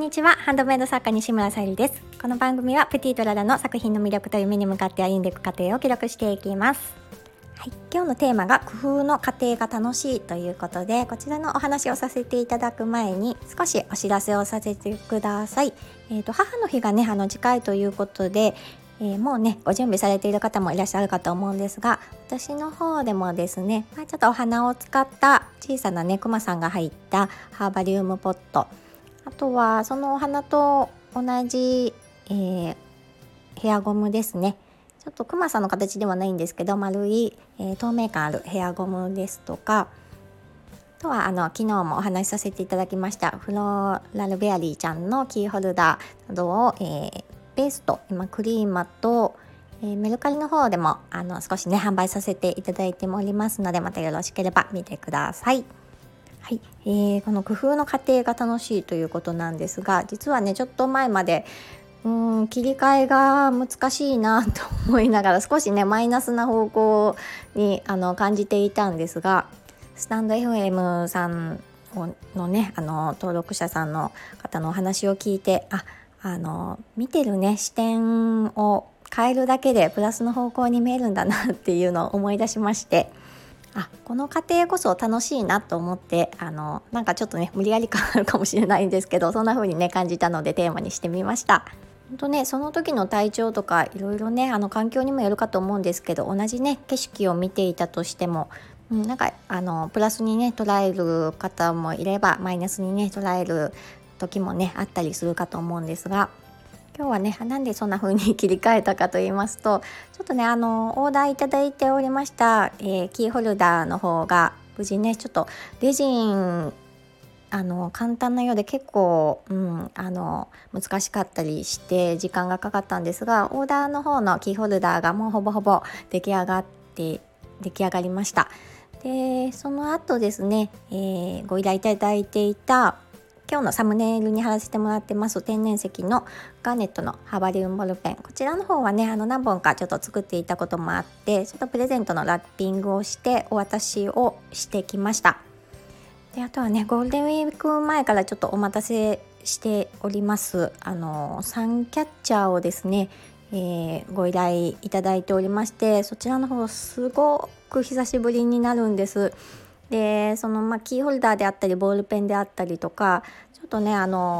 にちは。ハンドメイド作家西村さゆりです。この番組はプティとララの作品の魅力と夢に向かって歩んでいく過程を記録していきます。はい、今日のテーマが工夫の過程が楽しいということで、こちらのお話をさせていただく前に少しお知らせをさせてください。母の日がね近いということで、もうねご準備されている方もいらっしゃるかと思うんですが、私の方でもですね、ちょっとお花を使った小さなねクマさんが入ったハーバリウムポット、あとはそのお花と同じ、ヘアゴムですね。ちょっとクマさんの形ではないんですけど、丸い、透明感あるヘアゴムですとか、あとは昨日もお話しさせていただきましたフローラルベアリーちゃんのキーホルダーなどを、ベースと今クリーマと、メルカリの方でも少しね販売させていただいておりますので、またよろしければ見てください。はい、この工夫の過程が楽しいということなんですが、実はねちょっと前まで切り替えが難しいなと思いながら、少しねマイナスな方向に感じていたんですが、スタンド FM さんのね登録者さんの方のお話を聞いて、見てるね視点を変えるだけでプラスの方向に見えるんだなっていうのを思い出しまして、この過程こそ楽しいなと思って、なんかちょっとね無理やり感あるかもしれないんですけど、そんな風にね感じたのでテーマにしてみました。本当ね、その時の体調とかいろいろね環境にもよるかと思うんですけど、同じね景色を見ていたとしても、なんかプラスにね捉える方もいれば、マイナスにね捉える時もねあったりするかと思うんですが、今日はねなんでそんな風に切り替えたかと言いますと、ちょっとねオーダーいただいておりました、キーホルダーの方が無事ねちょっとレジン簡単なようで結構、難しかったりして時間がかかったんですが、オーダーの方のキーホルダーがもうほぼほぼ出来上がりました。でその後ですね、ご依頼いただいていた今日のサムネイルに貼らせてもらってます天然石のガーネットのハーバリウムボールペン、こちらの方はね何本かちょっと作っていたこともあって、ちょっとプレゼントのラッピングをしてお渡しをしてきました。であとはねゴールデンウィーク前からちょっとお待たせしておりますサンキャッチャーをですね、ご依頼いただいておりまして、そちらの方すごく久しぶりになるんです。でそのキーホルダーであったりボールペンであったりとか、ちょっとね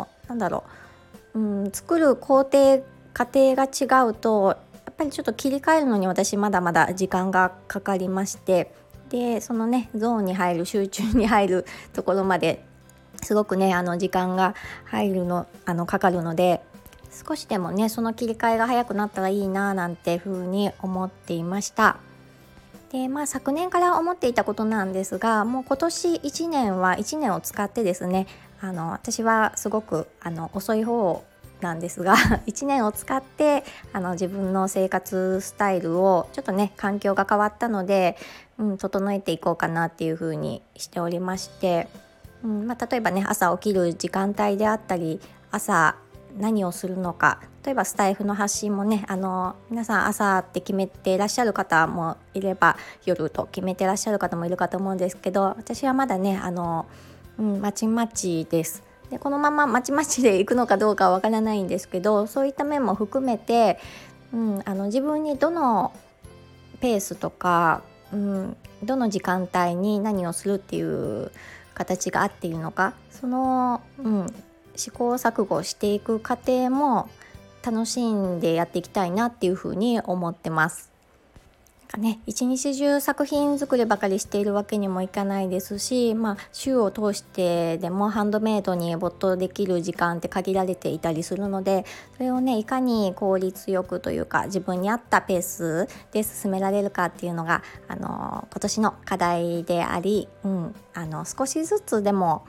作る過程が違うと、やっぱりちょっと切り替えるのに私まだまだ時間がかかりまして、でそのねゾーンに入る集中に入るところまですごくね時間がかかるので、少しでもねその切り替えが早くなったらいいななんて風に思っていました。で昨年から思っていたことなんですが、もう今年1年は1年を使ってですね、私はすごく遅い方なんですが1年を使って自分の生活スタイルをちょっとね環境が変わったので、整えていこうかなっていう風にしておりまして、例えばね朝起きる時間帯であったり、朝何をするのか、例えばスタイフの発信もね皆さん朝って決めていらっしゃる方もいれば、夜と決めていらっしゃる方もいるかと思うんですけど、私はまだねまちまちです。でこのまままちまちでいくのかどうかはわからないんですけど、そういった面も含めて、自分にどのペースとか、どの時間帯に何をするっていう形が合っているのか、その、試行錯誤していく過程も楽しんでやっていきたいなっていうふうに思ってます。一日中作品作りばかりしているわけにもいかないですし、週を通してでもハンドメイドに没頭できる時間って限られていたりするので、それをねいかに効率よくというか自分に合ったペースで進められるかっていうのが今年の課題であり、少しずつでも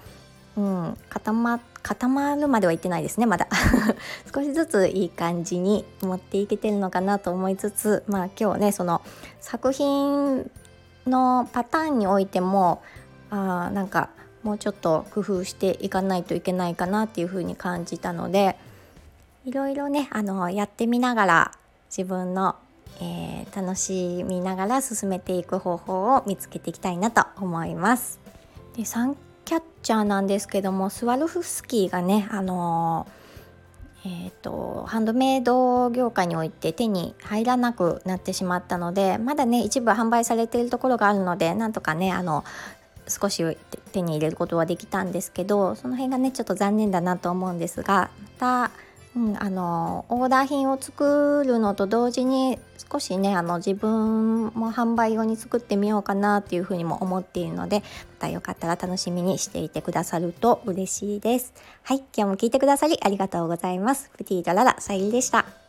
固まるまでは言ってないですねまだ少しずついい感じに持っていけてるのかなと思いつつ、今日ねその作品のパターンにおいてもなんかもうちょっと工夫していかないといけないかなっていうふうに感じたので、いろいろねやってみながら自分の、楽しみながら進めていく方法を見つけていきたいなと思います。でサンキャッチャーなんですけども、スワロフスキーがね、ハンドメイド業界において手に入らなくなってしまったので、まだね一部販売されているところがあるので、なんとかね少し手に入れることはできたんですけど、その辺がねちょっと残念だなと思うんですが、また、オーダー品を作るのと同時に少しね自分も販売用に作ってみようかなっていうふうにも思っているので、またよかったら楽しみにしていてくださると嬉しいです。はい、今日も聞いてくださりありがとうございます。プティとララさゆりでした。